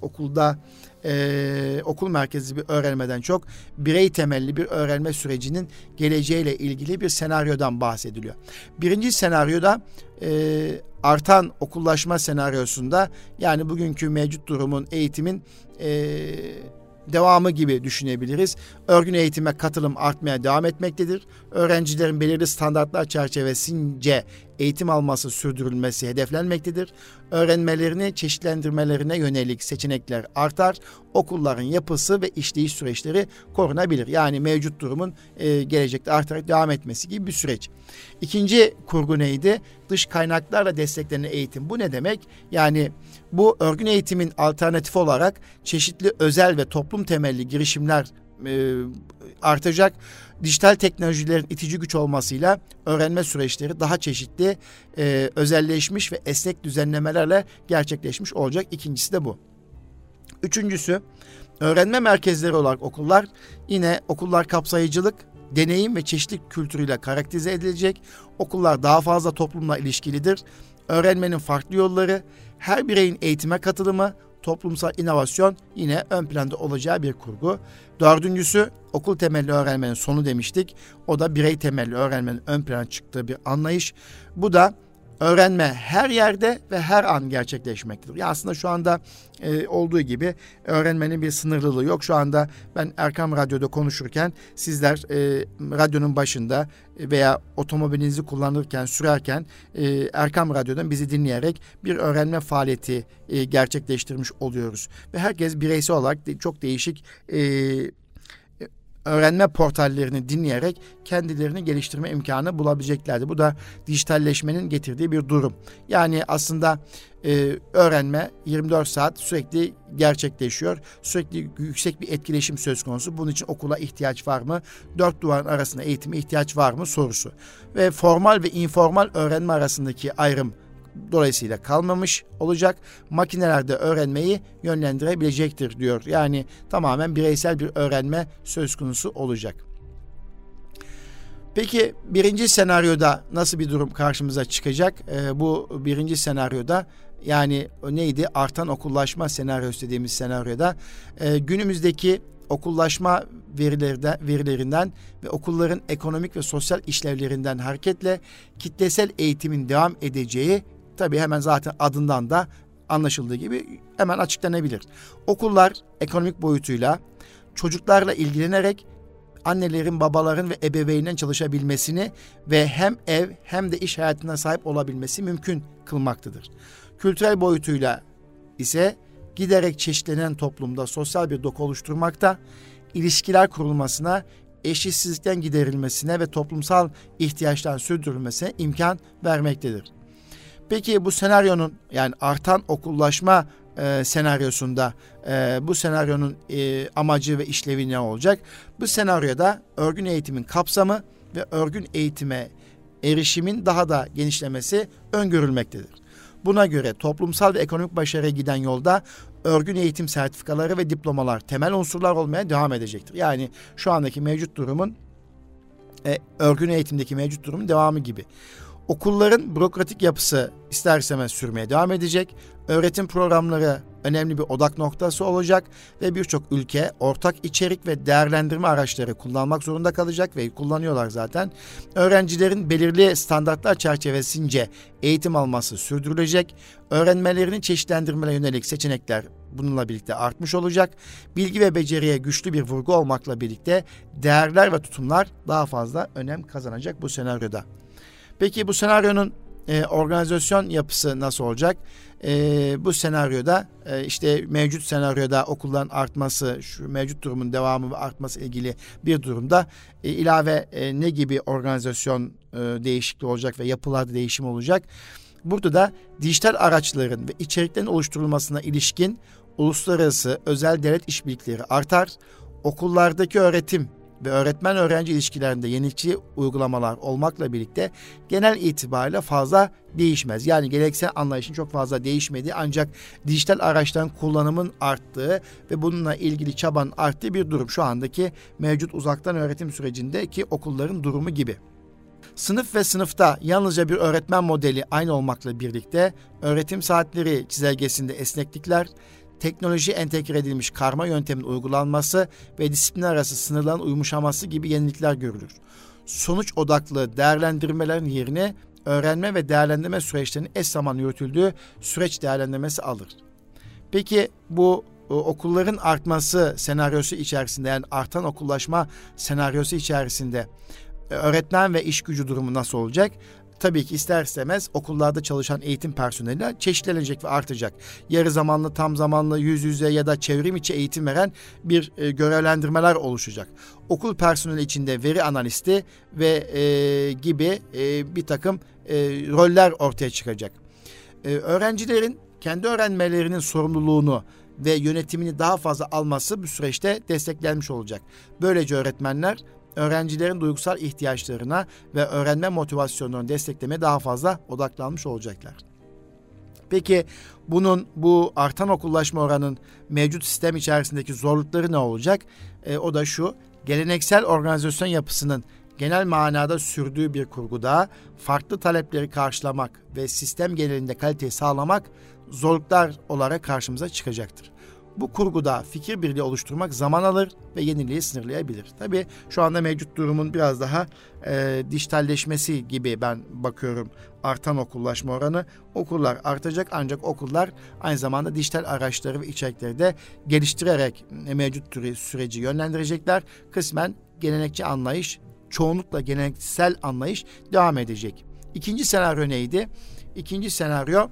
okul merkezli bir öğrenmeden çok birey temelli bir öğrenme sürecinin geleceğiyle ilgili bir senaryodan bahsediliyor. Birinci senaryoda artan okullaşma senaryosunda, yani bugünkü mevcut durumun eğitimin devamı gibi düşünebiliriz. Örgün eğitime katılım artmaya devam etmektedir. Öğrencilerin belirli standartlar çerçevesince eğitim alması sürdürülmesi hedeflenmektedir. Öğrenmelerini çeşitlendirmelerine yönelik seçenekler artar. Okulların yapısı ve işleyiş süreçleri korunabilir. Yani mevcut durumun gelecekte artarak devam etmesi gibi bir süreç. İkinci kurgu neydi? Dış kaynaklarla desteklenen eğitim. Bu ne demek? Yani bu örgün eğitimin alternatifi olarak çeşitli özel ve toplum temelli girişimler artacak. Dijital teknolojilerin itici güç olmasıyla öğrenme süreçleri daha çeşitli, özelleşmiş ve esnek düzenlemelerle gerçekleşmiş olacak. İkincisi de bu. Üçüncüsü, öğrenme merkezleri olarak okullar, yine okullar kapsayıcılık, deneyim ve çeşitlilik kültürüyle karakterize edilecek. Okullar daha fazla toplumla ilişkilidir. Öğrenmenin farklı yolları, her bireyin eğitime katılımı, toplumsal inovasyon yine ön planda olacağı bir kurgu. Dördüncüsü, okul temelli öğrenmenin sonu demiştik. O da birey temelli öğrenmenin ön plana çıktığı bir anlayış. Bu da öğrenme her yerde ve her an gerçekleşmektedir. Ya aslında şu anda olduğu gibi öğrenmenin bir sınırlılığı yok. Şu anda ben Erkam Radyo'da konuşurken sizler radyonun başında veya otomobilinizi kullanırken, sürerken Erkam Radyo'dan bizi dinleyerek bir öğrenme faaliyeti gerçekleştirmiş oluyoruz. Ve herkes bireysel olarak çok değişik öğrenme portallerini dinleyerek kendilerini geliştirme imkanı bulabileceklerdi. Bu da dijitalleşmenin getirdiği bir durum. Yani aslında öğrenme 24 saat sürekli gerçekleşiyor. Sürekli yüksek bir etkileşim söz konusu. Bunun için okula ihtiyaç var mı? Dört duvarın arasında eğitime ihtiyaç var mı sorusu. Ve formal ve informal öğrenme arasındaki ayrım dolayısıyla kalmamış olacak. Makineler de öğrenmeyi yönlendirebilecektir diyor. Yani tamamen bireysel bir öğrenme söz konusu olacak. Peki birinci senaryoda nasıl bir durum karşımıza çıkacak? Bu birinci senaryoda, yani neydi? Artan okullaşma senaryosu dediğimiz senaryoda günümüzdeki okullaşma verilerinden ve okulların ekonomik ve sosyal işlevlerinden hareketle kitlesel eğitimin devam edeceği, tabii hemen zaten adından da anlaşıldığı gibi hemen açıklanabilir. Okullar ekonomik boyutuyla çocuklarla ilgilenerek annelerin, babaların ve ebeveynlerin çalışabilmesini ve hem ev hem de iş hayatına sahip olabilmesi mümkün kılmaktadır. Kültürel boyutuyla ise giderek çeşitlenen toplumda sosyal bir doku oluşturmakta, ilişkiler kurulmasına, eşitsizlikten giderilmesine ve toplumsal ihtiyaçların sürdürülmesine imkan vermektedir. Peki bu senaryonun, yani artan okullaşma senaryosunda bu senaryonun amacı ve işlevi ne olacak? Bu senaryoda örgün eğitimin kapsamı ve örgün eğitime erişimin daha da genişlemesi öngörülmektedir. Buna göre toplumsal ve ekonomik başarıya giden yolda örgün eğitim sertifikaları ve diplomalar temel unsurlar olmaya devam edecektir. Yani şu andaki mevcut durumun örgün eğitimdeki mevcut durumun devamı gibi. Okulların bürokratik yapısı ister istemez sürmeye devam edecek. Öğretim programları önemli bir odak noktası olacak ve birçok ülke ortak içerik ve değerlendirme araçları kullanmak zorunda kalacak ve kullanıyorlar zaten. Öğrencilerin belirli standartlar çerçevesince eğitim alması sürdürülecek. Öğrenmelerini çeşitlendirmeye yönelik seçenekler bununla birlikte artmış olacak. Bilgi ve beceriye güçlü bir vurgu olmakla birlikte değerler ve tutumlar daha fazla önem kazanacak bu senaryoda. Peki bu senaryonun organizasyon yapısı nasıl olacak? Bu senaryoda işte mevcut senaryoda okulların artması, şu mevcut durumun devamı ve artması ilgili bir durumda ilave ne gibi organizasyon değişikliği olacak ve yapılarda değişim olacak? Burada da dijital araçların ve içeriklerin oluşturulmasına ilişkin uluslararası özel devlet işbirlikleri artar. Okullardaki öğretim ve öğretmen-öğrenci ilişkilerinde yenilikçi uygulamalar olmakla birlikte genel itibariyle fazla değişmez. Yani geleneksel anlayışın çok fazla değişmediği ancak dijital araçların kullanımın arttığı ve bununla ilgili çabanın arttığı bir durum. Şu andaki mevcut uzaktan öğretim sürecindeki okulların durumu gibi. Sınıf ve sınıfta yalnızca bir öğretmen modeli aynı olmakla birlikte öğretim saatleri çizelgesinde esneklikler, teknoloji entegre edilmiş karma yöntemin uygulanması ve disiplin arası sınırların uyumuşaması gibi yenilikler görülür. Sonuç odaklı değerlendirmelerin yerine öğrenme ve değerlendirme süreçlerinin eş zamanlı yürütüldüğü süreç değerlendirmesi alır. Peki bu okulların artması senaryosu içerisinde, yani artan okullaşma senaryosu içerisinde öğretmen ve iş gücü durumu nasıl olacak? Tabii ki ister istemez okullarda çalışan eğitim personeli çeşitlenecek ve artacak. Yarı zamanlı, tam zamanlı, yüz yüze ya da çevrim içi eğitim veren bir görevlendirmeler oluşacak. Okul personeli içinde veri analisti ve gibi bir takım roller ortaya çıkacak. Öğrencilerin kendi öğrenmelerinin sorumluluğunu ve yönetimini daha fazla alması bu süreçte desteklenmiş olacak. Böylece öğretmenler öğrencilerin duygusal ihtiyaçlarına ve öğrenme motivasyonlarını desteklemeye daha fazla odaklanmış olacaklar. Peki bu artan okullaşma oranının mevcut sistem içerisindeki zorlukları ne olacak? O da şu: geleneksel organizasyon yapısının genel manada sürdüğü bir kurguda farklı talepleri karşılamak ve sistem genelinde kaliteyi sağlamak zorluklar olarak karşımıza çıkacaktır. Bu kurguda fikir birliği oluşturmak zaman alır ve yeniliği sınırlayabilir. Tabii şu anda mevcut durumun biraz daha dijitalleşmesi gibi ben bakıyorum artan okullaşma oranı. Okullar artacak ancak okullar aynı zamanda dijital araçları ve içerikleri de geliştirerek mevcut süreci yönlendirecekler. Kısmen gelenekçi anlayış, çoğunlukla geleneksel anlayış devam edecek. İkinci senaryo neydi? İkinci senaryo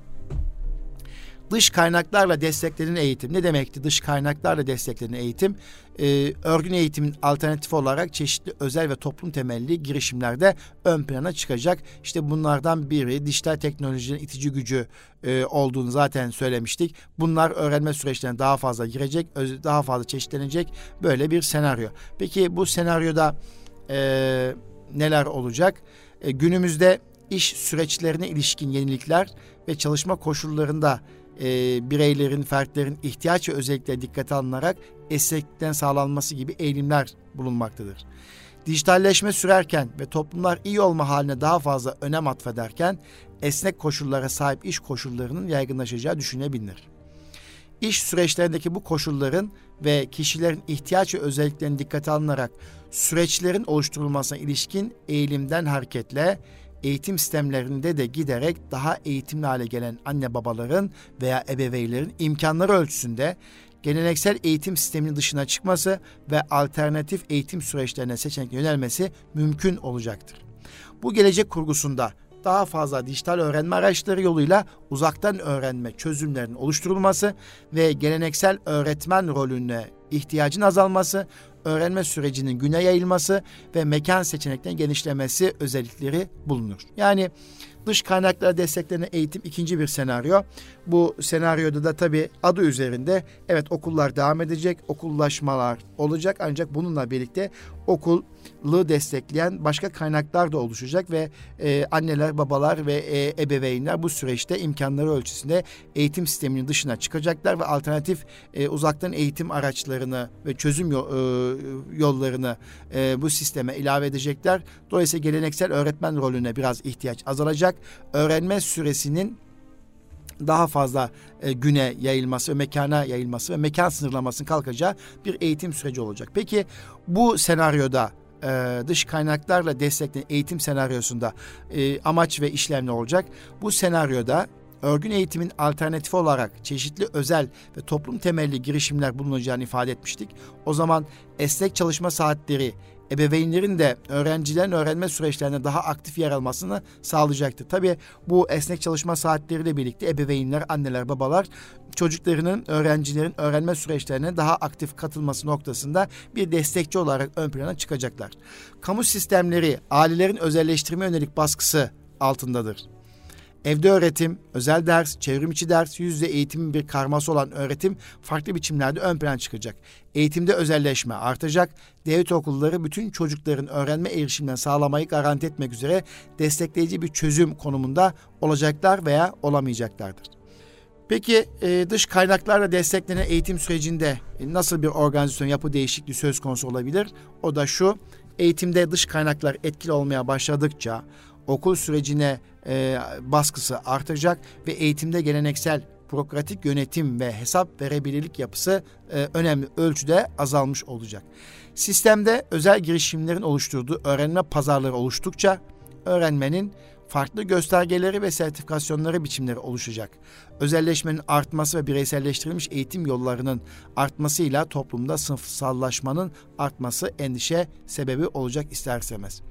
dış kaynaklarla desteklenen eğitim. Ne demekti dış kaynaklarla desteklenen eğitim? Örgün eğitimin alternatifi olarak çeşitli özel ve toplum temelli girişimlerde ön plana çıkacak. İşte bunlardan biri dijital teknolojinin itici gücü olduğunu zaten söylemiştik. Bunlar öğrenme süreçlerine daha fazla girecek, daha fazla çeşitlenecek böyle bir senaryo. Peki bu senaryoda neler olacak? Günümüzde iş süreçlerine ilişkin yenilikler ve çalışma koşullarında bireylerin, fertlerin ihtiyaç ve özellikleri dikkate alınarak esneklikten sağlanması gibi eğilimler bulunmaktadır. Dijitalleşme sürerken ve toplumlar iyi olma haline daha fazla önem atfederken esnek koşullara sahip iş koşullarının yaygınlaşacağı düşünebilir. İş süreçlerindeki bu koşulların ve kişilerin ihtiyaç ve özelliklerinin dikkate alınarak süreçlerin oluşturulmasına ilişkin eğilimden hareketle eğitim sistemlerinde de giderek daha eğitimli hale gelen anne babaların veya ebeveynlerin imkanları ölçüsünde geleneksel eğitim sisteminin dışına çıkması ve alternatif eğitim süreçlerine seçenek yönelmesi mümkün olacaktır. Bu gelecek kurgusunda daha fazla dijital öğrenme araçları yoluyla uzaktan öğrenme çözümlerinin oluşturulması ve geleneksel öğretmen rolüne ihtiyacın azalması, öğrenme sürecinin güne yayılması ve mekan seçeneklerinin genişlemesi özellikleri bulunur. Yani Dış kaynaklara desteklenen eğitim ikinci bir senaryo. Bu senaryoda da tabii adı üzerinde evet okullar devam edecek, okullaşmalar olacak ancak bununla birlikte okulu destekleyen başka kaynaklar da oluşacak ve anneler, babalar ve ebeveynler bu süreçte imkanları ölçüsünde eğitim sisteminin dışına çıkacaklar ve alternatif uzaktan eğitim araçlarını ve çözüm yollarını bu sisteme ilave edecekler. Dolayısıyla geleneksel öğretmen rolüne biraz ihtiyaç azalacak. Öğrenme süresinin daha fazla güne yayılması ve mekana yayılması ve mekan sınırlamasının kalkacağı bir eğitim süreci olacak. Peki bu senaryoda dış kaynaklarla desteklenen eğitim senaryosunda amaç ve işlem ne olacak? Bu senaryoda örgün eğitimin alternatifi olarak çeşitli özel ve toplum temelli girişimler bulunacağını ifade etmiştik. O zaman esnek çalışma saatleri ebeveynlerin de öğrencilerin öğrenme süreçlerinde daha aktif yer almasını sağlayacaktır. Tabii bu esnek çalışma saatleriyle birlikte ebeveynler, anneler, babalar çocuklarının, öğrencilerin öğrenme süreçlerine daha aktif katılması noktasında bir destekçi olarak ön plana çıkacaklar. Kamu sistemleri ailelerin özelleştirme yönelik baskısı altındadır. Evde öğretim, özel ders, çevrim içi ders, yüz yüze eğitimin bir karması olan öğretim farklı biçimlerde ön plana çıkacak. Eğitimde özelleşme artacak. Devlet okulları bütün çocukların öğrenme erişimini sağlamayı garanti etmek üzere destekleyici bir çözüm konumunda olacaklar veya olamayacaklardır. Peki dış kaynaklarla desteklenen eğitim sürecinde nasıl bir organizasyon yapı değişikliği söz konusu olabilir? O da şu, eğitimde dış kaynaklar etkili olmaya başladıkça okul sürecine baskısı artacak ve eğitimde geleneksel bürokratik yönetim ve hesap verebilirlik yapısı önemli ölçüde azalmış olacak. Sistemde özel girişimlerin oluşturduğu öğrenme pazarları oluştukça öğrenmenin farklı göstergeleri ve sertifikasyonları biçimleri oluşacak. Özelleşmenin artması ve bireyselleştirilmiş eğitim yollarının artmasıyla toplumda sınıfsallaşmanın artması endişe sebebi olacak ister istemez.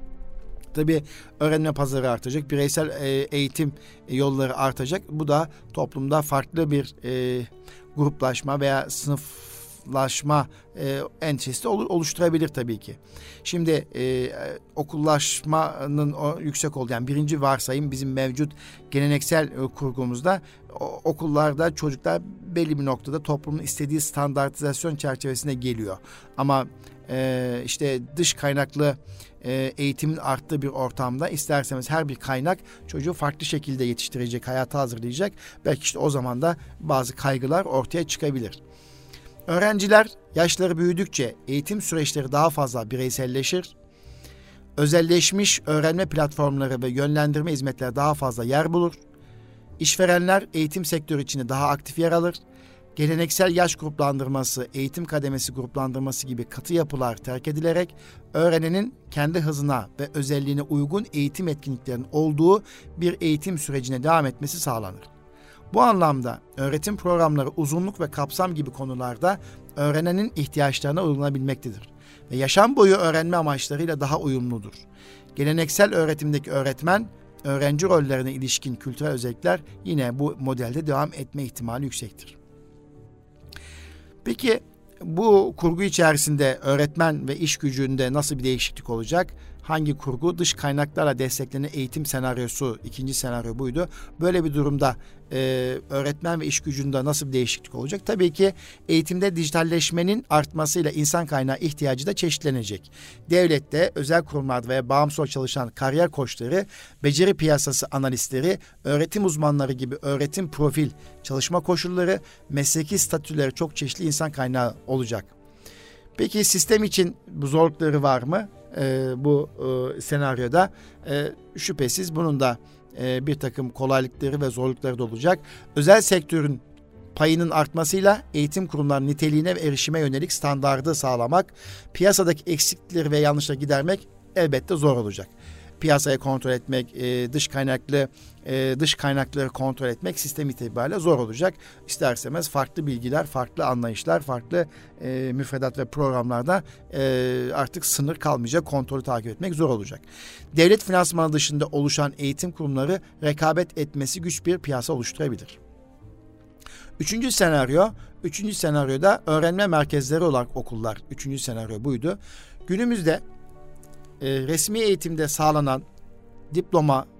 Tabii öğrenme pazarı artacak, bireysel eğitim yolları artacak. Bu da toplumda farklı bir gruplaşma veya sınıflaşma endişesi de oluşturabilir tabii ki. Şimdi okullaşmanın yüksek olduğu, yani birinci varsayım bizim mevcut geleneksel kurgumuzda okullarda çocuklar belli bir noktada toplumun istediği standartizasyon çerçevesine geliyor. Ama işte dış kaynaklı eğitimin arttığı bir ortamda isterseniz her bir kaynak çocuğu farklı şekilde yetiştirecek, hayata hazırlayacak. Belki işte o zaman da bazı kaygılar ortaya çıkabilir. Öğrenciler yaşları büyüdükçe eğitim süreçleri daha fazla bireyselleşir. Özelleşmiş öğrenme platformları ve yönlendirme hizmetleri daha fazla yer bulur. İşverenler eğitim sektörü içinde daha aktif yer alır. Geleneksel yaş gruplandırması, eğitim kademesi gruplandırması gibi katı yapılar terk edilerek öğrenenin kendi hızına ve özelliğine uygun eğitim etkinliklerinin olduğu bir eğitim sürecine devam etmesi sağlanır. Bu anlamda öğretim programları uzunluk ve kapsam gibi konularda öğrenenin ihtiyaçlarına uygulanabilmektedir ve yaşam boyu öğrenme amaçlarıyla daha uyumludur. Geleneksel öğretimdeki öğretmen, öğrenci rollerine ilişkin kültürel özellikler yine bu modelde devam etme ihtimali yüksektir. Peki bu kurgu içerisinde öğretmen ve iş gücünde nasıl bir değişiklik olacak? Hangi kurgu? Dış kaynaklarla desteklenen eğitim senaryosu, ikinci senaryo buydu. Böyle bir durumda öğretmen ve iş gücünde nasıl bir değişiklik olacak? Tabii ki eğitimde dijitalleşmenin artmasıyla insan kaynağı ihtiyacı da çeşitlenecek. Devlette, özel kurumlarda veya bağımsız çalışan kariyer koçları, beceri piyasası analistleri, öğretim uzmanları gibi öğretim profil, çalışma koşulları, mesleki statüleri çok çeşitli insan kaynağı olacak. Peki sistem için bu zorlukları var mı? Bu senaryoda şüphesiz bunun da bir takım kolaylıkları ve zorlukları da olacak. Özel sektörün payının artmasıyla eğitim kurumlarının niteliğine ve erişime yönelik standardı sağlamak, piyasadaki eksiklikleri ve yanlışları gidermek elbette zor olacak. Piyasayı kontrol etmek, dış kaynakları kontrol etmek sistem itibariyle zor olacak. İster istemez farklı bilgiler, farklı anlayışlar, farklı müfredat ve programlarda artık sınır kalmayacak, kontrolü takip etmek zor olacak. Devlet finansmanı dışında oluşan eğitim kurumları rekabet etmesi güç bir piyasa oluşturabilir. Üçüncü senaryoda öğrenme merkezleri olarak okullar. Üçüncü senaryo buydu. Günümüzde resmi eğitimde sağlanan diploma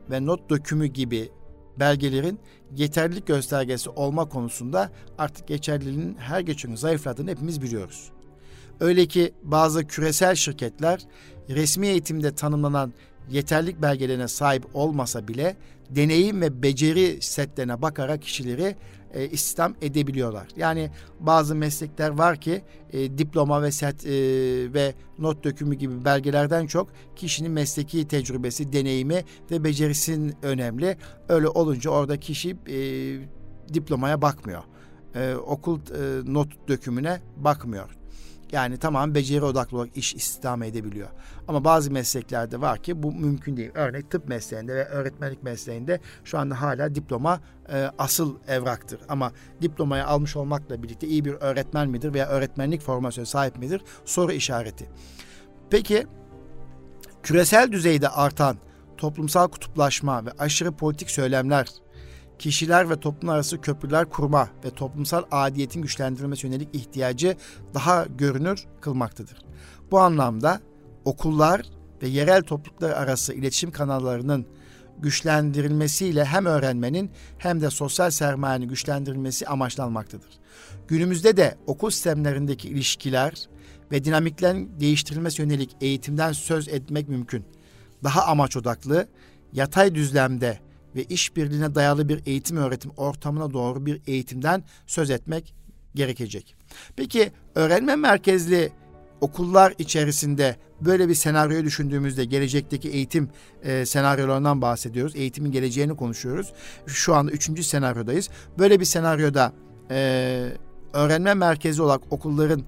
ve not dökümü gibi belgelerin yeterlilik göstergesi olma konusunda artık geçerliliğinin her geçen gün zayıfladığını hepimiz biliyoruz. Öyle ki bazı küresel şirketler resmi eğitimde tanımlanan yeterlilik belgelerine sahip olmasa bile deneyim ve beceri setlerine bakarak kişileri istihdam edebiliyorlar. Yani bazı meslekler var ki diploma ve set ve not dökümü gibi belgelerden çok kişinin mesleki tecrübesi, deneyimi ve becerisi önemli. Öyle olunca orada kişi diplomaya bakmıyor. Okul not dökümüne bakmıyor. Yani tamam, beceri odaklı olarak iş istihdam edebiliyor. Ama bazı mesleklerde var ki bu mümkün değil. Örnek tıp mesleğinde ve öğretmenlik mesleğinde şu anda hala diploma asıl evraktır. Ama diplomayı almış olmakla birlikte iyi bir öğretmen midir veya öğretmenlik formasyonu sahip midir? Soru işareti. Peki küresel düzeyde artan toplumsal kutuplaşma ve aşırı politik söylemler, kişiler ve toplum arası köprüler kurma ve toplumsal aidiyetin güçlendirilmesi yönelik ihtiyacı daha görünür kılmaktadır. Bu anlamda okullar ve yerel topluluklar arası iletişim kanallarının güçlendirilmesiyle hem öğrenmenin hem de sosyal sermayenin güçlendirilmesi amaçlanmaktadır. Günümüzde de okul sistemlerindeki ilişkiler ve dinamiklerin değiştirilmesi yönelik eğitimden söz etmek mümkün. Daha amaç odaklı, yatay düzlemde ve işbirliğine dayalı bir eğitim öğretim ortamına doğru bir eğitimden söz etmek gerekecek. Peki öğrenme merkezli okullar içerisinde böyle bir senaryoyu düşündüğümüzde gelecekteki eğitim senaryolarından bahsediyoruz. Eğitimin geleceğini konuşuyoruz. Şu anda 3. senaryodayız. Böyle bir senaryoda öğrenme merkezi olarak okulların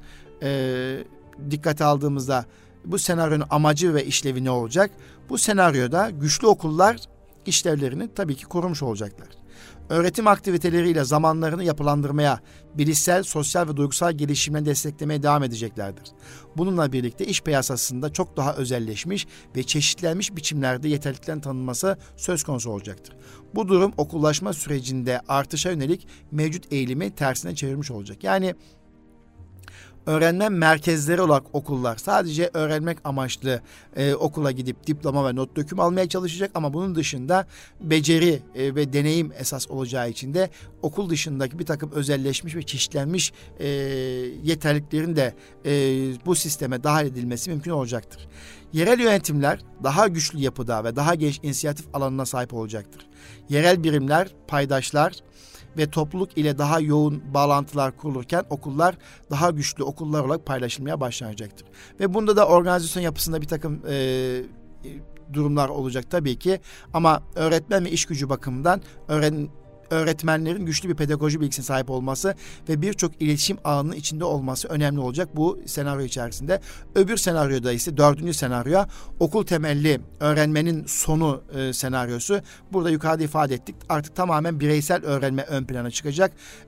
dikkate aldığımızda bu senaryonun amacı ve işlevi ne olacak? Bu senaryoda güçlü okullar işlevlerini tabii ki korumuş olacaklar. Öğretim aktiviteleriyle zamanlarını yapılandırmaya, bilişsel, sosyal ve duygusal gelişimle desteklemeye devam edeceklerdir. Bununla birlikte iş piyasasında çok daha özelleşmiş ve çeşitlenmiş biçimlerde yeterliliklerin tanınması söz konusu olacaktır. Bu durum okullaşma sürecinde artışa yönelik mevcut eğilimi tersine çevirmiş olacak. Yani öğrenme merkezleri olarak okullar sadece öğrenmek amaçlı okula gidip diploma ve not dökümü almaya çalışacak ama bunun dışında beceri ve deneyim esas olacağı için de okul dışındaki bir takım özelleşmiş ve çeşitlenmiş yeterliliklerin de bu sisteme dahil edilmesi mümkün olacaktır. Yerel yönetimler daha güçlü yapıda ve daha geniş inisiyatif alanına sahip olacaktır. Yerel birimler, paydaşlar ve topluluk ile daha yoğun bağlantılar kurulurken okullar daha güçlü okullar olarak paylaşılmaya başlanacaktır. Ve bunda da organizasyon yapısında bir takım durumlar olacak tabii ki. Ama öğretmen ve iş gücü bakımından öğretmenlerin güçlü bir pedagoji bilgisine sahip olması ve birçok iletişim ağının içinde olması önemli olacak bu senaryo içerisinde. Öbür senaryoda ise 4. senaryo okul temelli öğrenmenin sonu senaryosu. Burada yukarıda ifade ettik. Artık tamamen bireysel öğrenme ön plana çıkacak.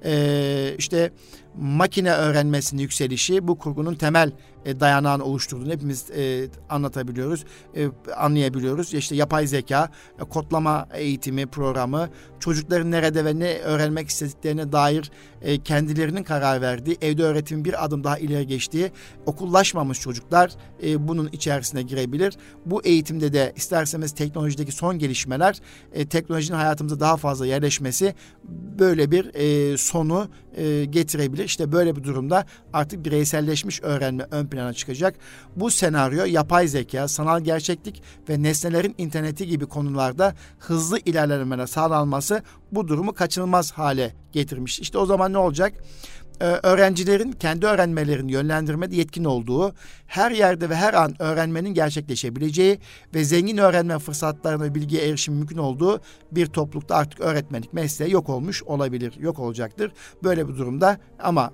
İşte makine öğrenmesinin yükselişi bu kurgunun temel dayanağını oluşturduğunu hepimiz anlatabiliyoruz, anlayabiliyoruz. İşte yapay zeka, kodlama eğitimi programı, çocukların nerede ve ne öğrenmek istediklerine dair kendilerinin karar verdiği, evde öğretimin bir adım daha ileri geçtiği, okullaşmamış çocuklar bunun içerisine girebilir. Bu eğitimde de isterseniz teknolojideki son gelişmeler, teknolojinin hayatımıza daha fazla yerleşmesi böyle bir sonu getirebilir. İşte böyle bir durumda artık bireyselleşmiş öğrenme ön plana çıkacak. Bu senaryo yapay zeka, sanal gerçeklik ve nesnelerin interneti gibi konularda hızlı ilerlemeler sağlanması bu durumu kaçınılmaz hale getirmiş. İşte o zaman ne olacak? Öğrencilerin kendi öğrenmelerini yönlendirmede yetkin olduğu, her yerde ve her an öğrenmenin gerçekleşebileceği ve zengin öğrenme fırsatlarına ve bilgiye erişim mümkün olduğu bir toplulukta artık öğretmenlik mesleği yok olmuş olabilir, yok olacaktır. Böyle bir durumda ama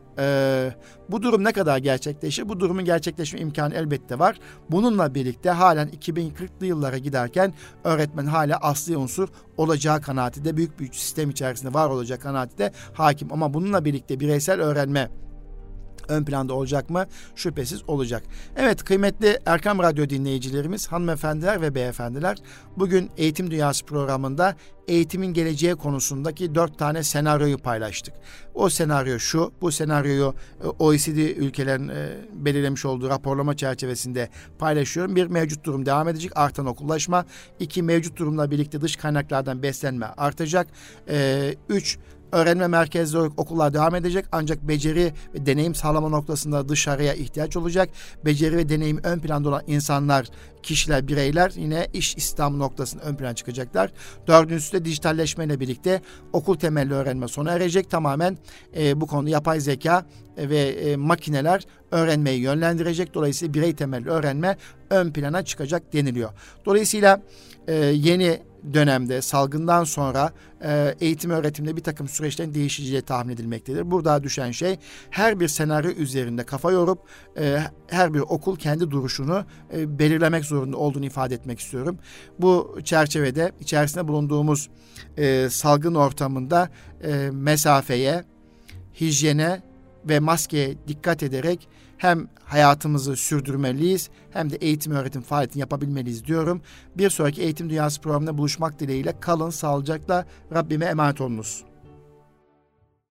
bu durum ne kadar gerçekleşir? Bu durumun gerçekleşme imkanı elbette var. Bununla birlikte halen 2040'lı yıllara giderken öğretmen hala asli unsur olacağı kanaati de büyük bir sistem içerisinde var olacak kanaati de hakim. Ama bununla birlikte bireysel öğrenme ön planda olacak mı? Şüphesiz olacak. Evet, kıymetli Erkam Radyo dinleyicilerimiz, hanımefendiler ve beyefendiler, bugün Eğitim Dünyası programında eğitimin geleceği konusundaki 4 tane senaryoyu paylaştık. O senaryo şu, bu senaryoyu OECD ülkelerin belirlemiş olduğu raporlama çerçevesinde paylaşıyorum. 1, mevcut durum devam edecek, artan okullaşma. 2, mevcut durumla birlikte dış kaynaklardan beslenme artacak. 3, öğrenme merkezli olarak okullar devam edecek, ancak beceri ve deneyim sağlama noktasında dışarıya ihtiyaç olacak. Beceri ve deneyim ön planda olan insanlar, kişiler, bireyler yine iş istihdamı noktasında ön plana çıkacaklar. 4'üncüsü de dijitalleşmeyle birlikte okul temelli öğrenme sona erecek. Tamamen bu konuda yapay zeka ve makineler öğrenmeyi yönlendirecek. Dolayısıyla birey temelli öğrenme ön plana çıkacak deniliyor. Dolayısıyla yeni dönemde salgından sonra eğitim öğretimde bir takım süreçlerin değişeceği tahmin edilmektedir. Burada düşen şey her bir senaryo üzerinde kafa yorup her bir okul kendi duruşunu belirlemek zorunda olduğunu ifade etmek istiyorum. Bu çerçevede içerisinde bulunduğumuz salgın ortamında mesafeye, hijyene ve maskeye dikkat ederek hem hayatımızı sürdürmeliyiz hem de eğitim öğretim faaliyetini yapabilmeliyiz diyorum. Bir sonraki Eğitim Dünyası programında buluşmak dileğiyle kalın sağlıcakla, Rabbime emanet olunuz.